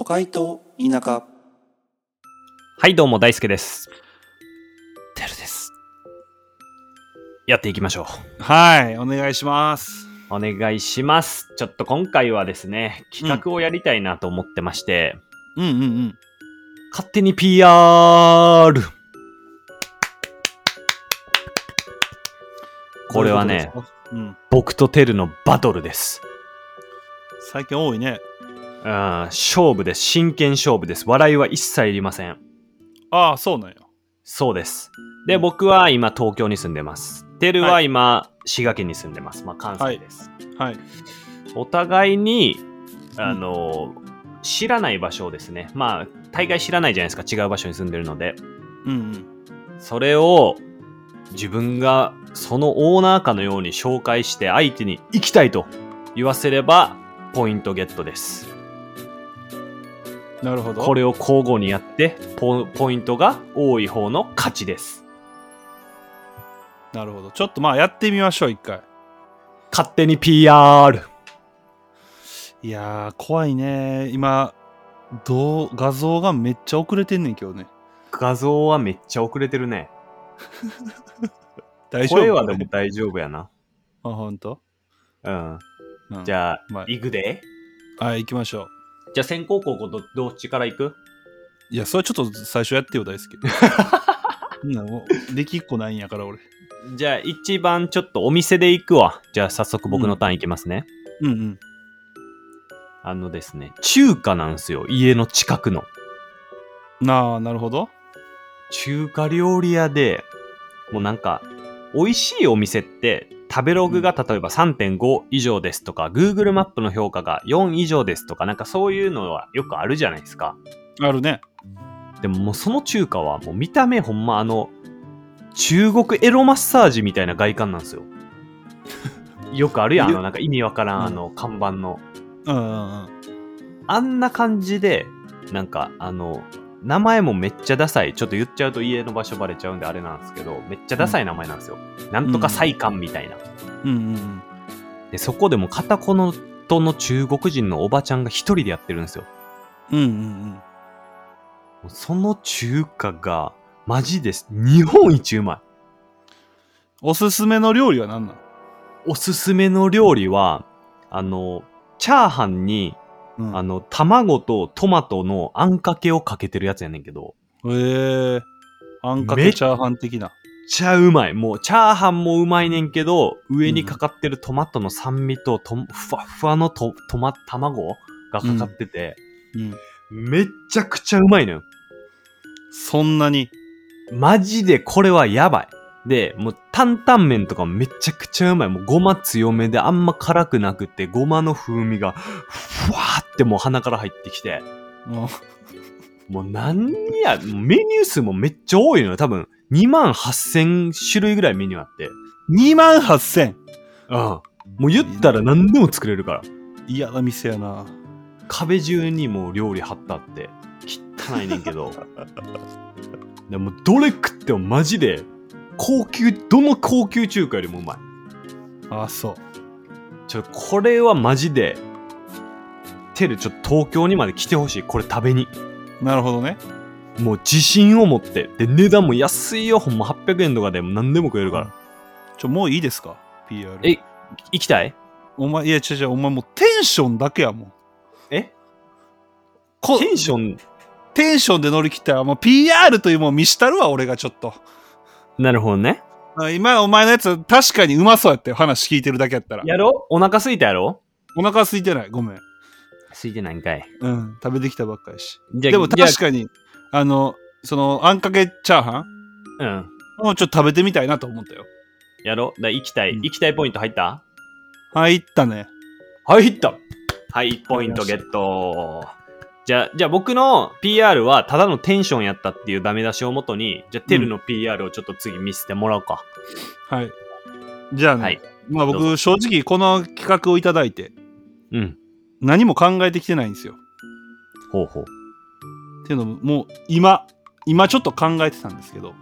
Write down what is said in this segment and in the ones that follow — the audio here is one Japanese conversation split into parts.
都会と田舎。 はいどうも大輔です。 てるです。 やっていきましょう。はい、お願いします。 お願いします。ちょっと今回はですね、企画をやりたいなと思ってまして、勝手に PR。これはね、僕とテルのバトルです。 最近多いね。 勝負です。真剣勝負です。笑いは一切いりません。 ああ、そうなんよ。 そうです。で、僕は今東京に住んでます。テルは今、滋賀県に住んでます。まあ関西です。 はい。 お互いに、知らない場所をですね、まあ大概知らないじゃないですか、違う場所に住んでるので。それを自分がそのオーナーかのように紹介して相手に行きたいと言わせればポイントゲットです。 なるほど。 これを交互にやってポイントが多い方の勝ちです。 なるほど。ちょっとまあやってみましょう、一回。 勝手に PR。 いやー怖いね。今画像がめっちゃ遅れてんねん今日ね。 画像はめっちゃ遅れてるね。 大丈夫？ 声はでも大丈夫やな。 あ、ほんと？ じゃあ、行くで。 はい、行きましょう。 じゃあ先攻後攻どっちから行く？ いや、それちょっと最初やってよ、大輔。もうできっこないんやから俺。 じゃあ一番ちょっとお店で行くわ。じゃあ早速僕のターン行きますね。ですね、中華なんですよ、家の近くの。 なるほど。 中華料理屋で、もうなんか、美味しいお店って、食べログが例えば 3.5 以上ですとか、Google マップの評価が4以上ですとか、なんかそういうのはよくあるじゃないですか。 あるね。 でももうその中華はもう見た目ほんま中国エロマッサージみたいな外観なんですよ。よくあるやん、なんか意味わからん看板の。あんな感じで、なんか名前もめっちゃダサい。ちょっと言っちゃうと家の場所バレちゃうんであれなんですけど、めっちゃダサい名前なんですよ。なんとか菜館みたいな。で、そこでも片言の中国人のおばちゃんが一人でやってるんですよ。その中華がマジです。日本一うまい。 おすすめの料理は何なの？ おすすめの料理は、チャーハンに、卵とトマトのあんかけをかけてるやつやねんけど。 あんかけチャーハン的な。 めっちゃうまい。もうチャーハンもうまいねんけど、上にかかってるトマトの酸味とふわふわの卵がかかってて、めっちゃくちゃうまいのよ。 そんなに？ マジでこれはやばい。で、もう担々麺とかめちゃくちゃうまい。もうごま強めであんま辛くなくて、ごまの風味がふわーってもう鼻から入ってきて。もうメニュー数もめっちゃ多いのよ。多分28,000種類ぐらいメニューあって。 28,000？ もう言ったら何でも作れるから。 嫌な店やな。 壁中にもう料理貼ってあって、汚いねんけど。でもどれ食ってもマジで、どの高級中華よりもうまい。 あ、そう。 これはマジで、テル東京にまで来てほしい。これ食べに。 なるほどね。 もう自信を持って。で、値段も安いよ。ほんま800円とかでも何でも食えるから。 もういいですか ?PR。 行きたい？ お前、いや、お前もうテンションだけやもん。 テンションで乗り切ったら、もう PR というもん見したるわ、俺がちょっと。 なるほどね。 今お前のやつ確かにうまそうやったよ。話聞いてるだけやったら。 やろ？お腹空いたやろ？ お腹空いてない。ごめん。 空いてないんかい。 食べてきたばっかりし。でも確かに、その、あんかけチャーハンもうちょっと食べてみたいなと思ったよ。 やろ？行きたいポイント入った？ 入ったね。 入った。はい、1ポイントゲット。じゃあ僕の PR はただのテンションやったっていうダメ出しをもとに、じゃあテルの PR をちょっと次見せてもらおうか。 はい。じゃあね、まあ僕正直この企画をいただいて、何も考えてきてないんですよ。 ほうほう。 っていうのも、もう今ちょっと考えてたんですけど、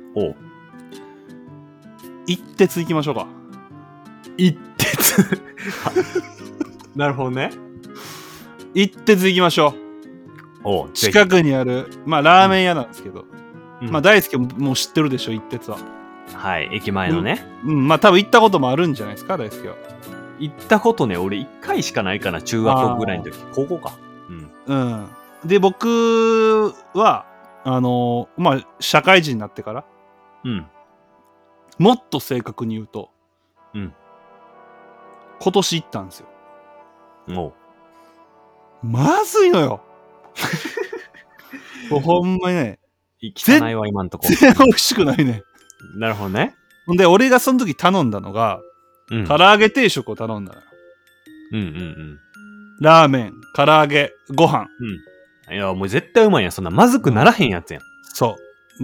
一徹行きましょうか。 一徹なるほどね。 一徹行きましょう。 近くにある、まあラーメン屋なんですけど、 うん、 まあ大輔もう知ってるでしょ、一徹は。 はい、駅前のね。 まあ多分行ったこともあるんじゃないですか、大輔は。 行ったことね、俺1回しかないかな、中学校ぐらいの時。高校か。 で、僕は、まあ、社会人になってから、もっと正確に言うと、今年行ったんですよ。まずいのよ。ほんまにね。 汚いわ、今んとこ。 全然美味しくないね。 なるほどね。 ほんで、俺がその時頼んだのが、唐揚げ定食を頼んだのよ。ラーメン、唐揚げ、ご飯。 いや、もう絶対うまいやん。そんなまずくならへんやつやん。 そう。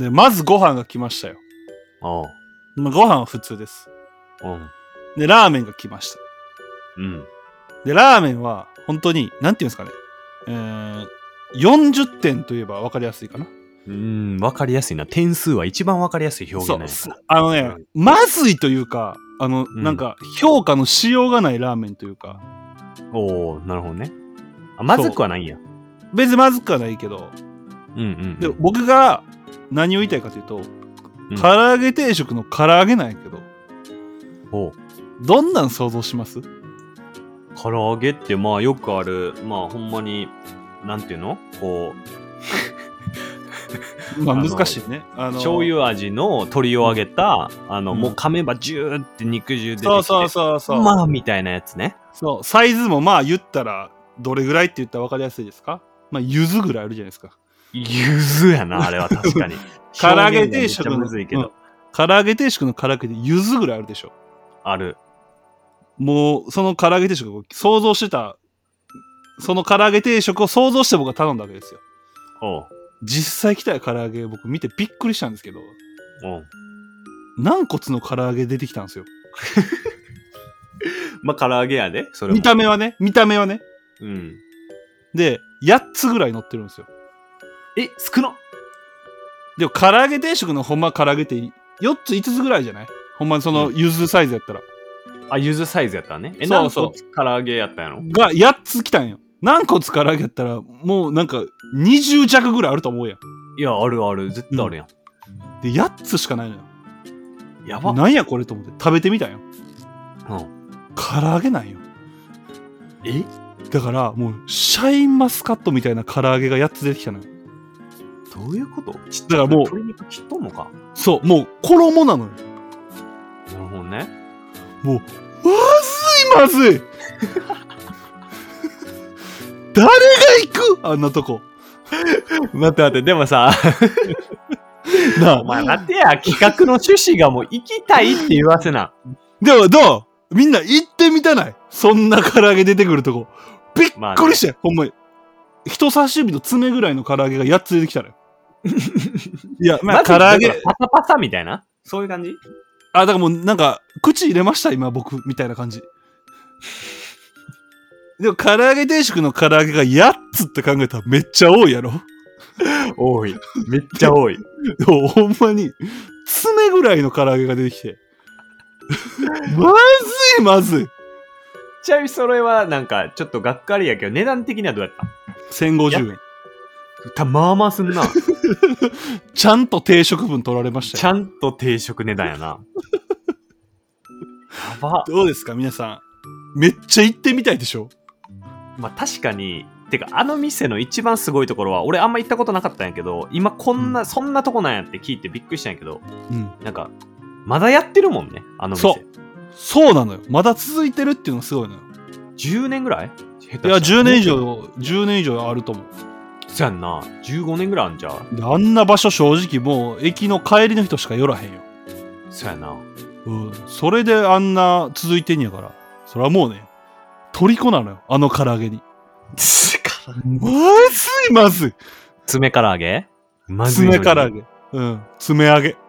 で、まずご飯が来ましたよ。まあ、ご飯は普通です。で、ラーメンが来ました。で、ラーメンは、本当に、なんていうんですかね。40点といえば分かりやすいかな。 分かりやすいな。点数は一番分かりやすい表現なんや。 まずいというか、なんか、評価のしようがないラーメンというか。 なるほどね。まずくはないんや。 別にまずくはないけど、で僕が何を言いたいかというと、唐揚げ定食の唐揚げなんやけど、どんなん想像します？ 唐揚げってまあよくある、まあほんまに、なんていうのこうまあ難しいね。 醤油味の鶏を揚げた、もう噛めばジューって肉汁出てきて、そうまあみたいなやつね。 そう、サイズもまあ言ったらどれぐらいって言ったら分かりやすいですか？まあ柚子ぐらいあるじゃないですか。 柚子やな、あれは確かに。 唐揚げ定食の唐揚げ定食の唐揚げで柚子ぐらいあるでしょ。 ある。 もうその唐揚げ定食を想像してた、その唐揚げ定食を想像して僕が頼んだわけですよ。実際来た唐揚げ僕見てびっくりしたんですけど、軟骨の唐揚げ出てきたんですよ。 まあ唐揚げやで、それも。 見た目はね。で、8つぐらい乗ってるんですよ。 少なっ。 でも唐揚げ定食のほんま唐揚げって4つ5つぐらいじゃない？ほんまその柚子サイズやったら。 柚子サイズやったらね。何個唐揚げやったんやろ？ が8つ来たんよ。何個唐揚げやったらもうなんか20弱ぐらいあると思うやん。 いや、あるある。絶対あるやん。 で、8つしかないのよ。 やば。 なんやこれと思って食べてみたんよ。唐揚げなんよ。だからもうシャインマスカットみたいな唐揚げが8つ出てきたのよ。 どういうこと？だからもう鶏肉切っとんのか？ そう、もう衣なのよ。 なるほどね。 もうまずい誰が行くあんなとこ。 待って、でもさお前待てや、企画の趣旨がもう行きたいって言わせな。 でもどう？みんな行ってみたない？そんな唐揚げ出てくるとこ。びっくりして、ほんまに。人差し指の爪ぐらいの唐揚げが8つ出てきたのよ。いや、まあ唐揚げ。 パサパサみたいな？そういう感じ？ だからもうなんか、口入れました今僕、みたいな感じ。でも唐揚げ定食の唐揚げが8つって考えたらめっちゃ多いやろ？ 多い。めっちゃ多い。 ほんまに、爪ぐらいの唐揚げが出てきて。まずい。 ちなみにそれはなんかちょっとがっかりやけど、値段的にはどうやった？ 1050円。 まあまあすんな。 ちゃんと定食分取られましたよ。 ちゃんと定食値段やな。やば。 どうですか皆さん。めっちゃ行ってみたいでしょ？ まあ確かに、てかあの店の一番すごいところは、俺あんま行ったことなかったんやけど、今そんなとこなんやって聞いてびっくりしたんやけど、なんか、まだやってるもんね、あの店。 そうなのよ。まだ続いてるっていうのがすごいのよ。 10年ぐらい？いや、10年以上あると思う。 そやんな。15年ぐらいあんじゃん。 あんな場所正直もう駅の帰りの人しか寄らへんよ。 そやな。 それであんな続いてんやから、それはもうね、虜なのよ。あの唐揚げに。まずい。 爪唐揚げ？ 爪唐揚げ。爪揚げ。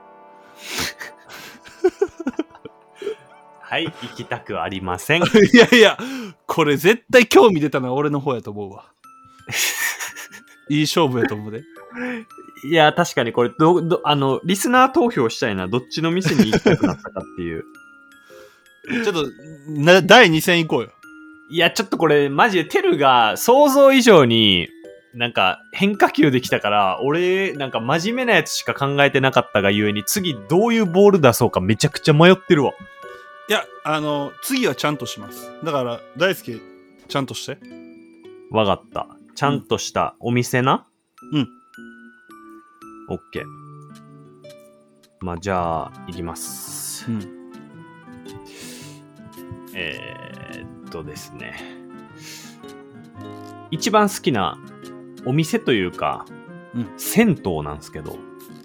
はい、行きたくありません。 いや、これ絶対興味出たのは俺の方やと思うわ。いい勝負やと思うで。 いや、確かにこれリスナー投票したいな。どっちの店に行きたくなったかっていう。 ちょっと、第2戦行こうよ。 いや、ちょっとこれ、マジでテルが想像以上に、 なんか変化球できたから、俺なんか真面目なやつしか考えてなかったがゆえに、次どういうボール出そうかめちゃくちゃ迷ってるわ。 いや、次はちゃんとします。だから、大輔、ちゃんとして。 わかった。ちゃんとしたお店な。 うん。 オッケー。まあ、じゃあ、いきます。 うん。 ですね。一番好きなお店というか、銭湯なんですけど、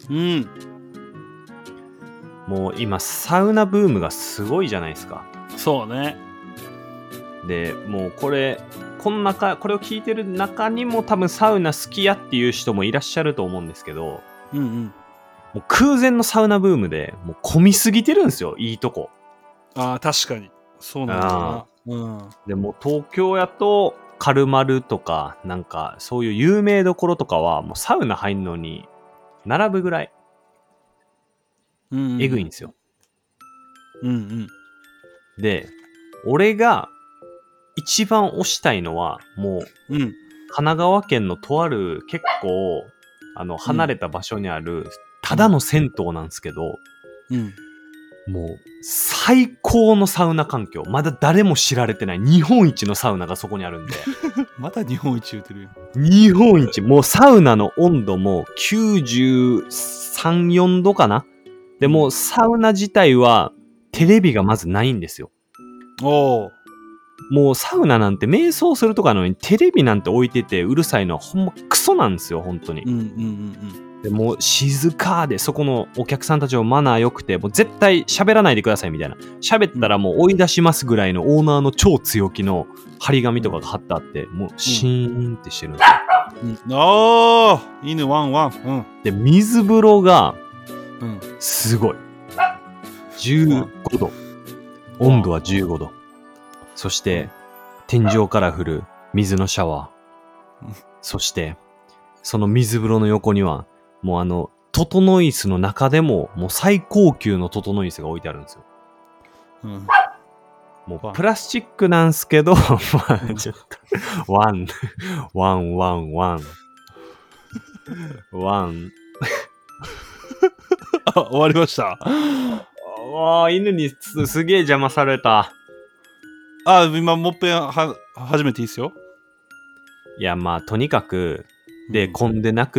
もう今サウナブームがすごいじゃないですか。 そうね。 で、もうこれを聞いてる中にも多分サウナ好きやっていう人もいらっしゃると思うんですけど、もう空前のサウナブームでもう混みすぎてるんですよ、いいとこ。 ああ、確かに。そうなんだな。 でも東京やとカルマルとかなんかそういう有名どころとかはもうサウナ入んのに並ぶぐらいえぐいんですよ。で、俺が一番推したいのはもう、神奈川県のとある結構離れた場所にあるただの銭湯なんですけど、もう最高のサウナ環境、まだ誰も知られてない日本一のサウナがそこにあるんでまた日本一言うてるよ。 日本一、もうサウナの温度も93、4度かな。でもサウナ自体はテレビがまずないんですよ。もうサウナなんて瞑想するとかなのにテレビなんて置いててうるさいのはほんまクソなんですよ、本当に。でもう静かで、そこのお客さんたちもマナー良くて、もう絶対喋らないでくださいみたいな。喋ったらもう追い出しますぐらいのオーナーの超強気の張り紙とかが貼ってあって、もうシーンってしてるんですよ。 犬ワンワン。 で、水風呂がすごい。15度。温度は15度。そして、天井から降る水のシャワー。そして、その水風呂の横には、もう整い椅子の中でも、もう最高級の整い椅子が置いてあるんですよ。もうプラスチックなんすけど、まあちょっと、ワン。 あ、終わりました。 わあ、犬にすげえ邪魔された。 今もっぺん始めていいっすよ。 いや、まあとにかく、で、混んでなくって、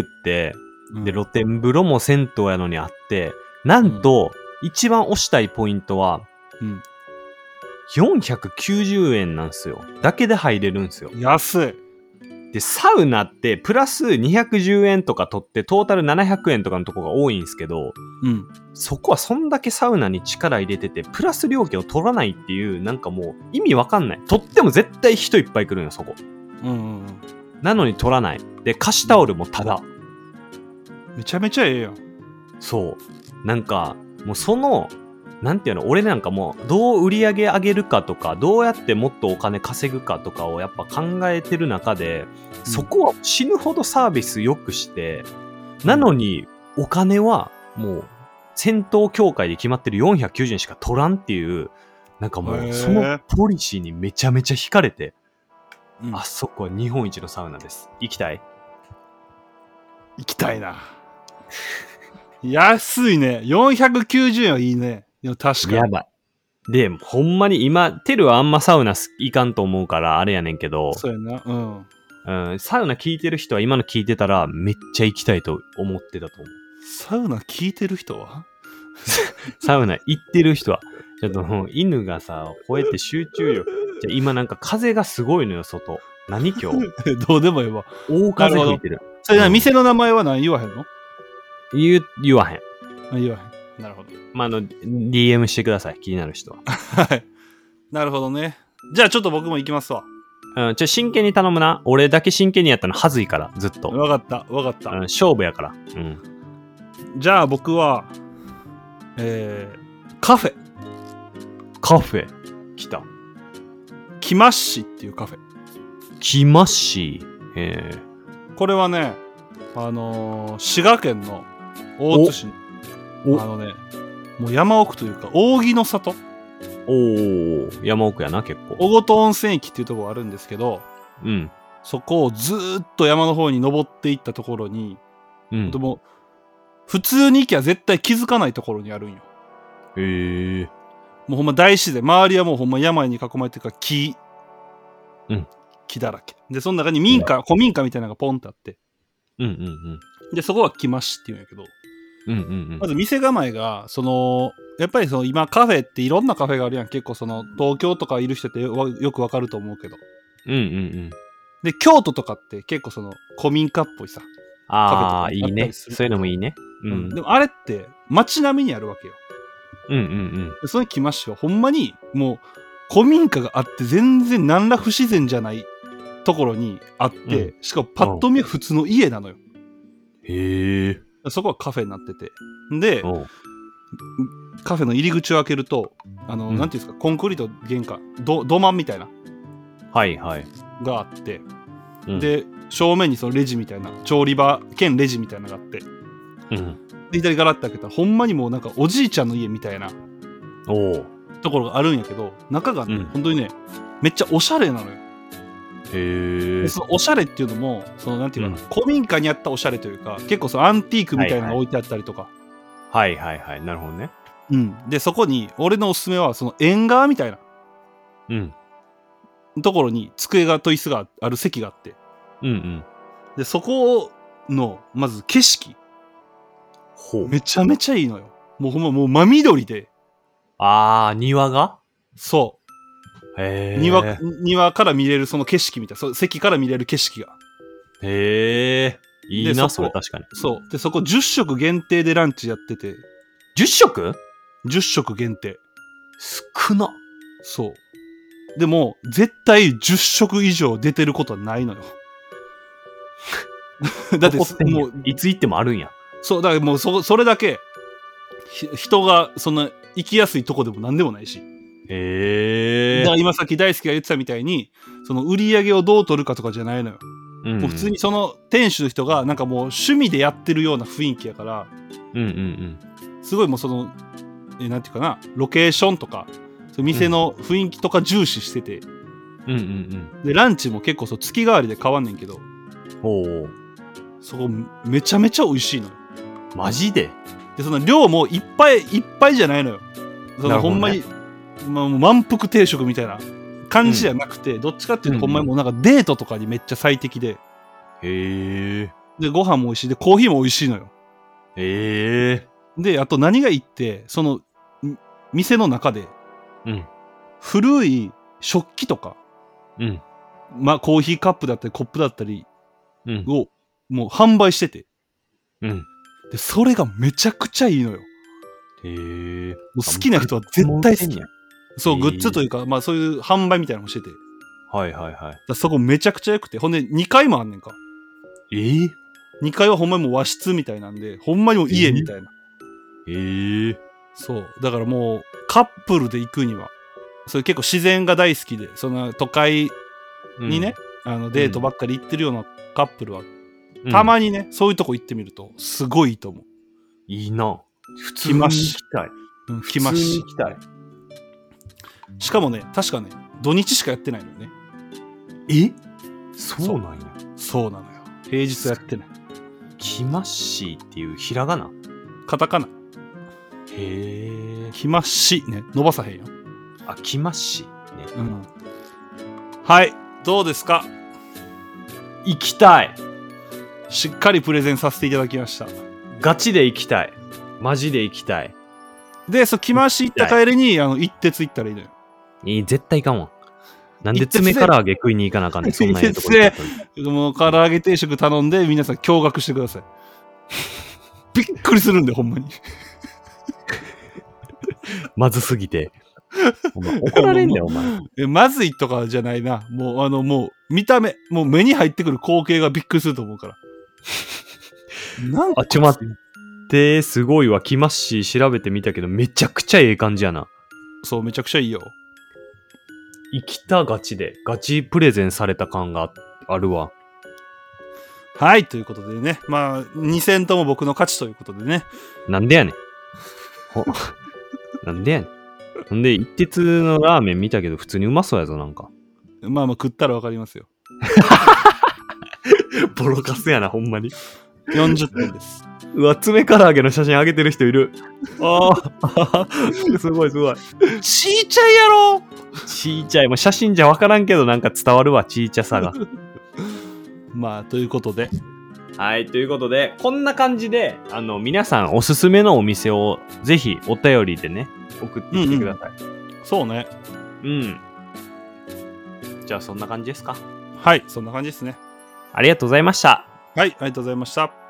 で、露天風呂も銭湯やのにあって、なんと、一番推したいポイントは、490円なんですよ。だけで入れるんですよ。 安い。 で、サウナってプラス210円とか取ってトータル700円とかのとこが多いんですけど、そこはそんだけサウナに力入れててプラス料金を取らないっていう、なんかもう意味わかんない。取っても絶対人いっぱい来るんよ、そこ。なのに取らない。で、貸しタオルもタダ。 めちゃめちゃええやん。 そう。なんか、もうその、なんていうの、俺なんかもう、どう売り上げ上げるかとか、どうやってもっとお金稼ぐかとかをやっぱ考えてる中で、そこは死ぬほどサービス良くして、なのに、お金はもう、銭湯協会で決まってる490円しか取らんっていう、なんかもう、そのポリシーにめちゃめちゃ惹かれて、あそこは日本一のサウナです。行きたい？ 行きたいな。安いね。490円はいいね。でも確かに。 やばい。で、ほんまに今、テルはあんまサウナいかんと思うからあれやねんけど、 そうやな。 サウナ聞いてる人は今の聞いてたらめっちゃ行きたいと思ってたと思う。 サウナ聞いてる人はサウナ行ってる人は、ちょっともう犬がさ、吠えて集中力。じゃ今なんか風がすごいのよ、外。何今日どうでもええわ。 大風吹いてる。 それ店の名前は何言わへんの？ 言わへん。 言わへん。なるほど。 まあ、DM してください。気になる人は。 はい。なるほどね。じゃあちょっと僕も行きますわ。 真剣に頼むな。俺だけ真剣にやったのはずいから、ずっと。 わかった。 勝負やから。 じゃあ僕は、カフェ。 カフェ。来た。 キマッシっていうカフェ。 キマッシこれはね、滋賀県の大津市の、もう山奥というか、扇の里。 山奥やな、結構。 小琴温泉駅っていうところがあるんですけど、 そこをずーっと山の方に登っていったところに、 うんで。も普通に行きゃ絶対気づかないところにあるんよ。 へえ。 もうほんま大自然、周りはもうほんま山に囲まれてるから木、木だらけで、その中に古民家みたいなのがポンってあって、 うんうんうん。 でそこは木増しっていうんやけど、 うんうんうん。 まず店構えがやっぱり今カフェっていろんなカフェがあるやん。結構東京とかいる人ってよくわかると思うけど、 うんうんうん。 で京都とかって結構古民家っぽいさ、 ああ、 カフェとかあったいいね。 りするけどそういうのもいいね。 でもあれって街並みにあるわけよ。 うんうんでその木増しはほんまにもう古民家があって全然何ら不自然じゃないところにあって、しかもパッと見は普通の家なのよ。 へえ。 そこはカフェになってて、でカフェの入り口を開けるとなんていうんですか、コンクリート玄関土間みたいなはいはい。 があって、 うん、 で正面にレジみたいな調理場兼レジみたいなのがあって、で左ガラッて開けたらほんまにもうなんかおじいちゃんの家みたいなところがあるんやけど、中がね、本当にねめっちゃおしゃれなのよ。 へえ。 そのおしゃれっていうのもなんていうかな、古民家にあったおしゃれというか、結構アンティークみたいなのが置いてあったりとか、 はいはいはい、なるほどね。 でそこに俺のおすすめは縁側みたいなところに机と椅子がある席があって、でそこのまず景色めちゃめちゃいいのよ。もうほんまもう真緑で、 庭がそう庭から見れるその景色みたいな、席から見れる景色が。 へえ、いいな、それ確かに。 そうでそこ10食限定でランチやってて。 10食 ?10 食限定。 少な。 そうでも絶対10食以上出てることはないのよ。だってもういつ行ってもあるんや。 そうだからもうそれだけ人がそんな行きやすいとこでもなんでもないし。 へえ。 だから今さっき大輔が言ってたみたいに売り上げをどう取るかとかじゃないのよ。もう普通に店主の人がなんかもう趣味でやってるような雰囲気やから、すごいもうなんていうかな、ロケーションとか店の雰囲気とか重視してて、でランチも結構月替わりで変わんねんけど、そこめちゃめちゃ美味しいのよ。 マジで？ で量もいっぱいじゃないのよ。ほんまに、満腹定食みたいな感じじゃなくて、どっちかっていうとほんまにもうなんかデートとかにめっちゃ最適で、でご飯も美味しいでコーヒーも美味しいのよ。であと何がいいって店の中で、古い食器とか、コーヒーカップだったりコップだったりをもう販売してて、でそれがめちゃくちゃいいのよ。もう好きな人は絶対好き。そうグッズというか、そういう販売みたいなのもしてて、そこめちゃくちゃ良くて、ほんで2階もあんねんか。2階はほんまにもう和室みたいなんで、ほんまにもう家みたいな。そうだからもうカップルで行くにはそれ結構自然が大好きで、都会にね、デートばっかり行ってるようなカップルは、たまにねそういうとこ行ってみるとすごいいいと思う。 いいな。 普通に行きたい。来まし。 行きたい。 しかもね、確かね土日しかやってないのよね。 そうなんや。 そうなのよ。平日やってない。 きまっしーっていうひらがな？ カタカナ。きまっしね、伸ばさへんよ。 きまっしーね。 はい、どうですか？ 行きたい。 しっかりプレゼンさせていただきました。 ガチで行きたい。マジで行きたい。 で、きまし行った帰りに一徹行ったらいいのよ。 絶対行かんわ。なんで爪唐揚げ食いに行かなあかんねん、そんなところ。 もう唐揚げ定食頼んで皆さん驚愕してください。びっくりするんで、ほんまに。 まずすぎて。怒られんだよ、お前。 まずいとかじゃないな。もう見た目、もう目に入ってくる光景がびっくりすると思うから。 ちょ待って、すごいわ。きまっしー調べてみたけど、めちゃくちゃええ感じやな。 そう、めちゃくちゃいいよ。 生きたガチで、ガチプレゼンされた感があるわ。 はい、ということでね。2戦とも僕の勝ちということでね。 なんでやねん。なんでやねん。ほんで、一徹のラーメン見たけど、普通にうまそうやぞ、なんか。 食ったらわかりますよ。 ボロカスやな、ほんまに。 40点です。 うわ、爪唐揚げの写真上げてる人いる。ああすごいすごい。 ちいちゃいやろ。 ちいちゃい。もう写真じゃわからんけどなんか伝わるわ、ちいちゃさが。 まあということで、 はい、ということで、こんな感じで、皆さんおすすめのお店をぜひお便りでね、送ってきてください。 そうね。 うん。じゃあそんな感じですか。 はい、そんな感じですね。 ありがとうございました。 はい、ありがとうございました。